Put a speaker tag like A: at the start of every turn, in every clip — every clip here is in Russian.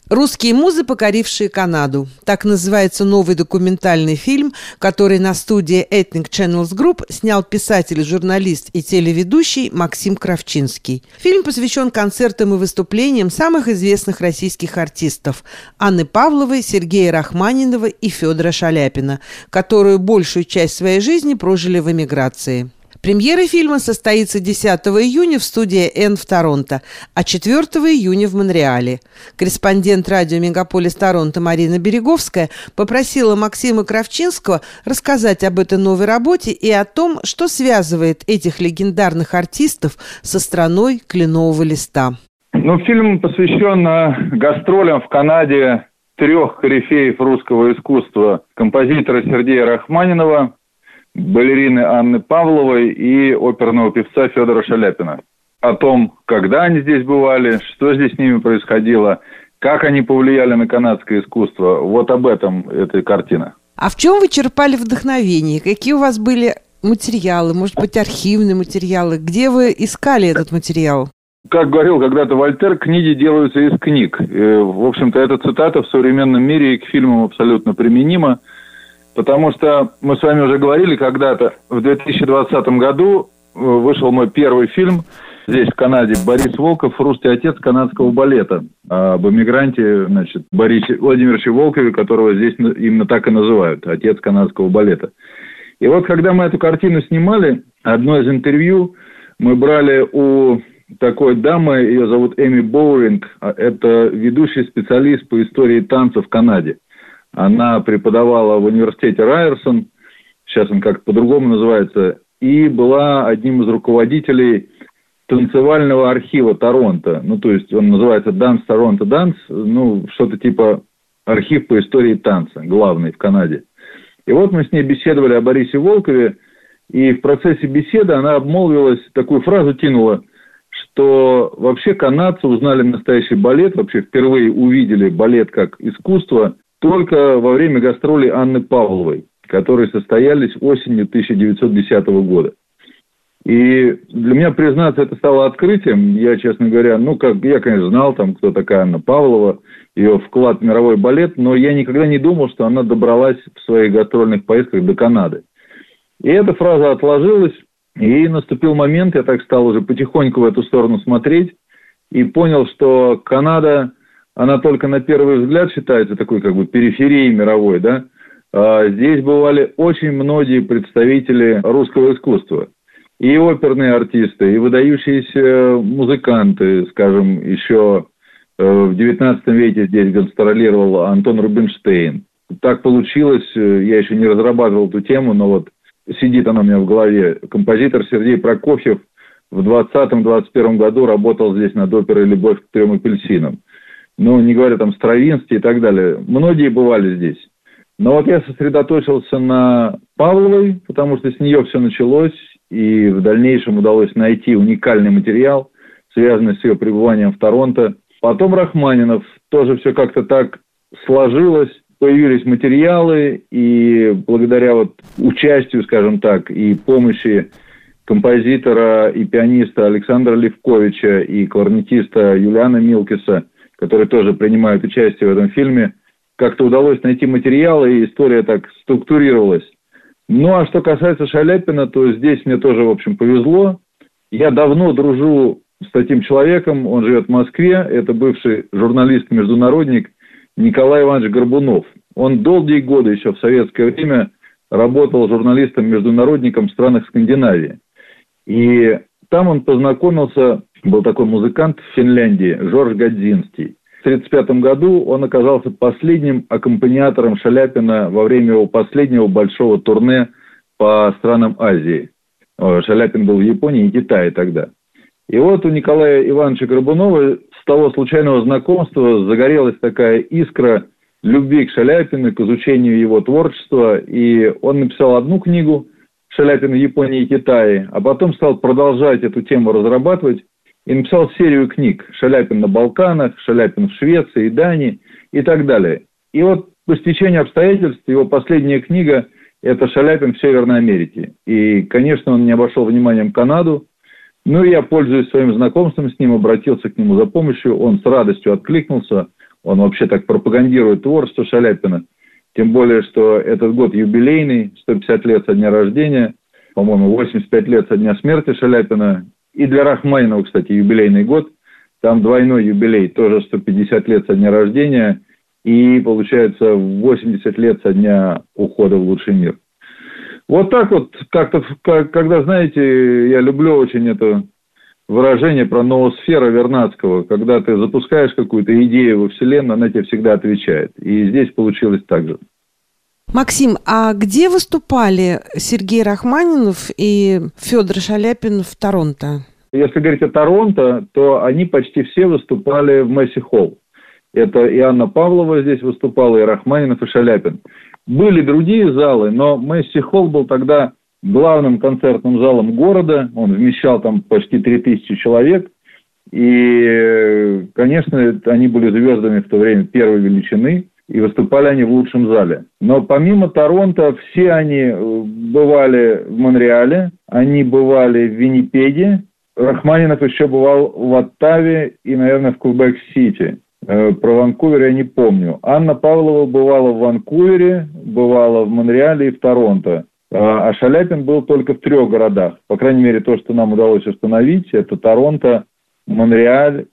A: «Русские музы, покорившие Канаду». Так называется новый документальный фильм, который на студии Ethnic Channels Group снял писатель, журналист и телеведущий Максим Кравчинский. Фильм посвящен концертам и выступлениям самых известных российских артистов Анны Павловой, Сергея Рахманинова и Федора Шаляпина, которые большую часть своей жизни прожили в эмиграции. Премьера фильма состоится 10 июня в студии «Н» в Торонто, а 4 июня в Монреале. Корреспондент радио «Мегаполис Торонто» Марина Береговская попросила Максима Кравчинского рассказать об этой новой работе и о том, что связывает этих легендарных артистов со страной кленового листа.
B: Фильм посвящен гастролям в Канаде 3 корифеев русского искусства: композитора Сергея Рахманинова, балерины Анны Павловой и оперного певца Федора Шаляпина. О том, когда они здесь бывали, что здесь с ними происходило, как они повлияли на канадское искусство. Вот об этом эта картина.
A: А в чем вы черпали вдохновение? Какие у вас были материалы, может быть, архивные материалы? Где вы искали этот материал?
B: Как говорил когда-то Вольтер, книги делаются из книг. И, в общем-то, эта цитата в современном мире и к фильмам абсолютно применима. Потому что мы с вами уже говорили когда-то, в 2020 году вышел мой первый фильм здесь, в Канаде, «Борис Волков. Русский отец канадского балета». Об эмигранте, Борисе Владимировиче Волкове, которого здесь именно так и называют, отец канадского балета. И вот, когда мы эту картину снимали, одно из интервью мы брали у такой дамы, ее зовут Эми Боуринг, это ведущий специалист по истории танца в Канаде. Она преподавала в университете Райерсон, сейчас он как-то по-другому называется, и была одним из руководителей танцевального архива Торонто. То есть он называется Dance Toronto Dance, что-то типа архив по истории танца, главный в Канаде. И вот мы с ней беседовали о Борисе Волкове, и в процессе беседы она обмолвилась, такую фразу кинула, что вообще канадцы узнали настоящий балет, вообще впервые увидели балет как искусство только во время гастролей Анны Павловой, которые состоялись осенью 1910 года. И для меня, признаться, это стало открытием. Я, честно говоря, я, конечно, знал, кто такая Анна Павлова, ее вклад в мировой балет, но я никогда не думал, что она добралась в своих гастрольных поездках до Канады. И эта фраза отложилась, и наступил момент, я так стал уже потихоньку в эту сторону смотреть, и понял, что Канада, она только на первый взгляд считается такой периферией мировой, да? А здесь бывали очень многие представители русского искусства. И оперные артисты, и выдающиеся музыканты, скажем, еще в XIX веке здесь гастролировал Антон Рубинштейн. Так получилось, я еще не разрабатывал эту тему, но сидит она у меня в голове. Композитор Сергей Прокофьев в 2020-2021 году работал здесь над оперой «Любовь к 3 апельсинам». Не говоря Стравинский и так далее. Многие бывали здесь. Но я сосредоточился на Павловой, потому что с нее все началось, и в дальнейшем удалось найти уникальный материал, связанный с ее пребыванием в Торонто. Потом Рахманинов, тоже все как-то так сложилось, появились материалы, и благодаря участию, скажем так, и помощи композитора и пианиста Александра Левковича и кларнетиста Юлиана Милкиса, которые тоже принимают участие в этом фильме, как-то удалось найти материалы, и история так структурировалась. А что касается Шаляпина, то здесь мне тоже, в общем, повезло. Я давно дружу с таким человеком, он живет в Москве, это бывший журналист-международник Николай Иванович Горбунов. Он долгие годы еще в советское время работал журналистом-международником в странах Скандинавии. И там он познакомился, был такой музыкант в Финляндии, Жорж Гадзинский. В 1935 году он оказался последним аккомпаниатором Шаляпина во время его последнего большого турне по странам Азии. Шаляпин был в Японии и Китае тогда. И у Николая Ивановича Горбунова с того случайного знакомства загорелась такая искра любви к Шаляпину, к изучению его творчества. И он написал одну книгу «Шаляпин в Японии и Китае», а потом стал продолжать эту тему разрабатывать и написал серию книг «Шаляпин на Балканах», «Шаляпин в Швеции и Дании» и так далее. И по стечению обстоятельств его последняя книга – это «Шаляпин в Северной Америке». И, конечно, он не обошел вниманием Канаду. Я, пользуясь своим знакомством с ним, обратился к нему за помощью. Он с радостью откликнулся. Он вообще так пропагандирует творчество Шаляпина. Тем более, что этот год юбилейный, 150 лет со дня рождения, по-моему, 85 лет со дня смерти Шаляпина. И для Рахманинова, кстати, юбилейный год. Там двойной юбилей, тоже 150 лет со дня рахманинова и, получается, 80 лет со дня ухода в лучший мир. Вот так вот, как-то, когда, знаете, я люблю очень это выражение про ноосфера Вернадского, когда ты запускаешь какую-то идею во Вселенную, она тебе всегда отвечает. И здесь получилось так же.
A: Максим, а где выступали Сергей Рахманинов и Федор Шаляпин в Торонто?
B: Если говорить о Торонто, то они почти все выступали в Месси Холл. Это и Анна Павлова здесь выступала, и Рахманинов, и Шаляпин. Были другие залы, но Месси Холл был тогда главным концертным залом города. Он вмещал там почти 3000 человек. И, конечно, они были звездами в то время первой величины. И выступали они в лучшем зале. Но помимо Торонто, все они бывали в Монреале, они бывали в Виннипеге. Рахманинов еще бывал в Оттаве и, наверное, в Квебек-Сити. Про Ванкувер я не помню. Анна Павлова бывала в Ванкувере, бывала в Монреале и в Торонто. А Шаляпин был только в 3 городах. По крайней мере, то, что нам удалось установить, это Торонто, Монреаль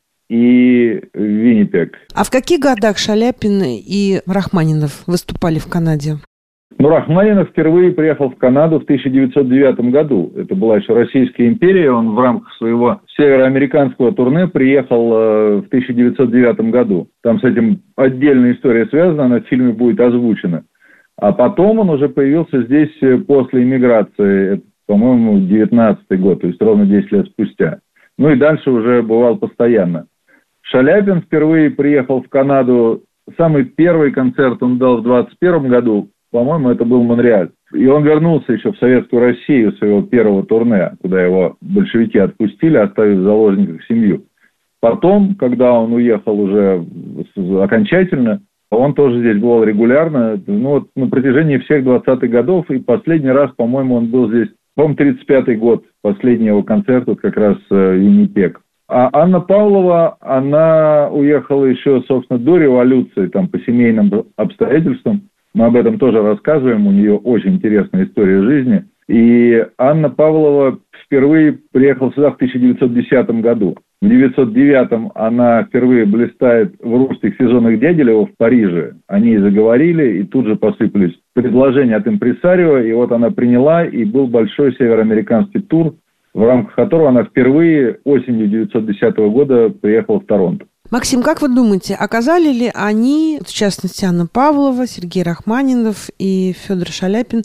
B: и Виннипег.
A: А в каких годах Шаляпин и Рахманинов выступали в Канаде?
B: Рахманинов впервые приехал в Канаду в 1909 году. Это была еще Российская империя. Он в рамках своего североамериканского турне приехал в 1909 году. Там с этим отдельная история связана, она в фильме будет озвучена. А потом он уже появился здесь после эмиграции, это, по-моему, 19-й год, то есть ровно 10 лет спустя. Ну и дальше уже бывал постоянно. Шаляпин впервые приехал в Канаду. Самый первый концерт он дал в 1921 году. По-моему, это был Монреаль. И он вернулся еще в Советскую Россию своего первого турне, куда его большевики отпустили, оставив в заложниках семью. Потом, когда он уехал уже окончательно, он тоже здесь бывал регулярно, на протяжении всех 20-х годов. И последний раз, по-моему, он был здесь, по-моему, 35-й год, последний его концерт, вот как раз Виннипег. А Анна Павлова, она уехала еще, собственно, до революции, там, по семейным обстоятельствам. Мы об этом тоже рассказываем, у нее очень интересная история жизни. И Анна Павлова впервые приехала сюда в 1910 году. В 1909 она впервые блистает в «Русских сезонах Дягилева» в Париже. Они заговорили, и тут же посыпались предложения от импресарио. И вот она приняла, и был большой североамериканский тур, в рамках которого она впервые осенью 1910 года приехала в Торонто.
A: Максим, как вы думаете, оказали ли они, в частности Анна Павлова, Сергей Рахманинов и Федор Шаляпин,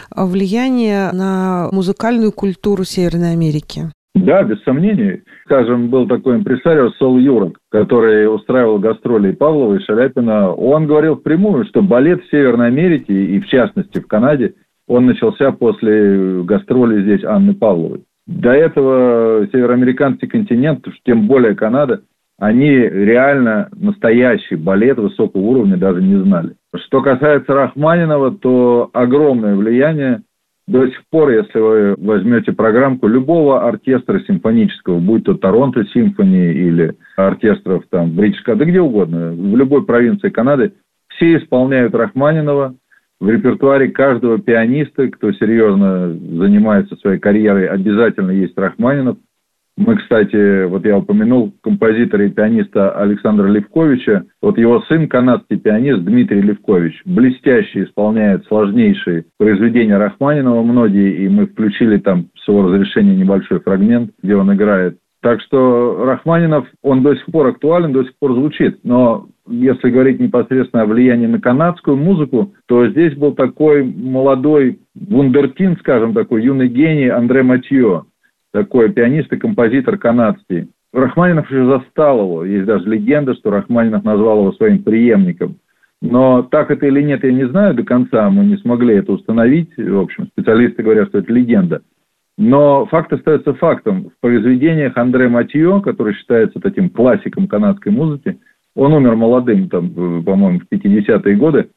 A: влияние на музыкальную культуру Северной Америки?
B: Да, без сомнений. Скажем, был такой импресарио Сол Юрок, который устраивал гастроли и Павлова, и Шаляпина. Он говорил впрямую, что балет в Северной Америке, и в частности в Канаде, он начался после гастролей здесь Анны Павловой. До этого североамериканский континент, тем более Канада, они реально настоящий балет высокого уровня даже не знали. Что касается Рахманинова, то огромное влияние. До сих пор, если вы возьмете программку любого оркестра симфонического, будь то Торонто Симфони или оркестров там Бритиш Колумбия, да где угодно, в любой провинции Канады, все исполняют Рахманинова. В репертуаре каждого пианиста, кто серьезно занимается своей карьерой, обязательно есть Рахманинов. Мы, кстати, вот я упомянул композитора и пианиста Александра Левковича. Вот его сын, канадский пианист Дмитрий Левкович, блестяще исполняет сложнейшие произведения Рахманинова многие, и мы включили там с его разрешения небольшой фрагмент, где он играет. Так что Рахманинов, он до сих пор актуален, до сих пор звучит. Но если говорить непосредственно о влиянии на канадскую музыку, то здесь был такой молодой вундеркинд, скажем, такой юный гений Андре Матьё. Такой пианист и композитор канадский. Рахманинов уже застал его. Есть даже легенда, что Рахманинов назвал его своим преемником. Но так это или нет, я не знаю до конца. Мы не смогли это установить. В общем, специалисты говорят, что это легенда. Но факт остается фактом. В произведениях Андре Матьё, который считается таким классиком канадской музыки, он умер молодым, там, по-моему, в 50-е годы.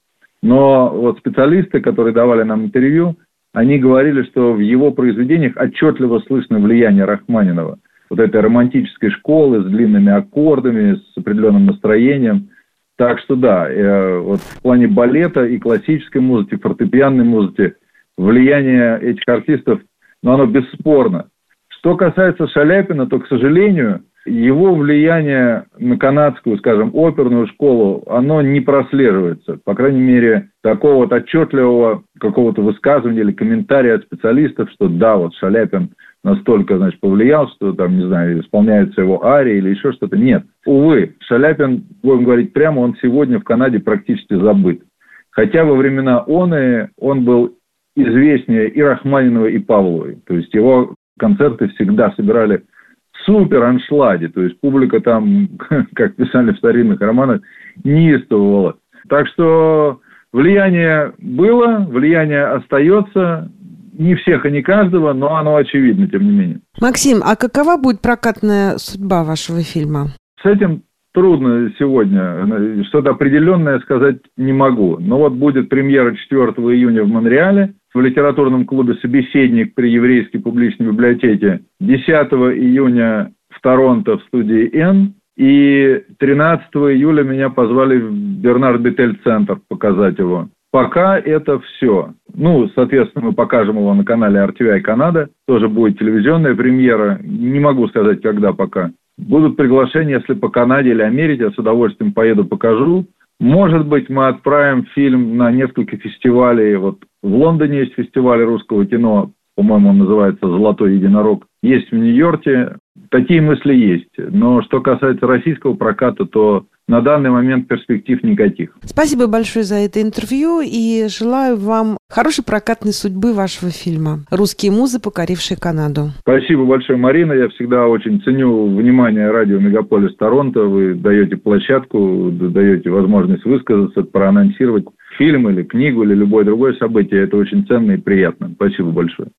B: Но вот специалисты, которые давали нам интервью, они говорили, что в его произведениях отчетливо слышно влияние Рахманинова. Вот этой романтической школы с длинными аккордами, с определенным настроением. Так что да, вот в плане балета и классической музыки, фортепианной музыки влияние этих артистов, оно бесспорно. Что касается Шаляпина, то, к сожалению, его влияние на канадскую, скажем, оперную школу, оно не прослеживается. По крайней мере, такого вот отчетливого какого-то высказывания или комментария от специалистов, что да, вот Шаляпин настолько, значит, повлиял, что там, не знаю, исполняются его арии или еще что-то. Нет. Увы, Шаляпин, будем говорить прямо, он сегодня в Канаде практически забыт. Хотя во времена он был известнее и Рахманинова, и Павловой. То есть его концерты всегда собирали супер аншлаги. То есть публика там, как писали в старинных романах, неистовывала. Так что влияние было, влияние остается. Не всех и не каждого, но оно очевидно, тем не менее.
A: Максим, а какова будет прокатная судьба вашего фильма?
B: С этим трудно сегодня. Что-то определенное сказать не могу. Но вот будет премьера 4 июня в Монреале в литературном клубе «Собеседник» при Еврейской публичной библиотеке. 10 июня в Торонто в студии «Н». И 13 июля меня позвали в Бернард-Бетель-центр показать его. Пока это все. Соответственно, мы покажем его на канале RTVI Канада. Тоже будет телевизионная премьера. Не могу сказать, когда пока. Будут приглашения, если по Канаде или Америке. Я с удовольствием поеду, покажу. Может быть, мы отправим фильм на несколько фестивалей. Вот в Лондоне есть фестиваль русского кино. По-моему, он называется «Золотой единорог». Есть в Нью-Йорке. Такие мысли есть. Но что касается российского проката, то на данный момент перспектив никаких.
A: Спасибо большое за это интервью и желаю вам хорошей прокатной судьбы вашего фильма «Русские музы, покорившие Канаду».
B: Спасибо большое, Марина. Я всегда очень ценю внимание радио «Мегаполис Торонто». Вы даете площадку, даете возможность высказаться, проанонсировать фильм или книгу или любое другое событие. Это очень ценно и приятно. Спасибо большое.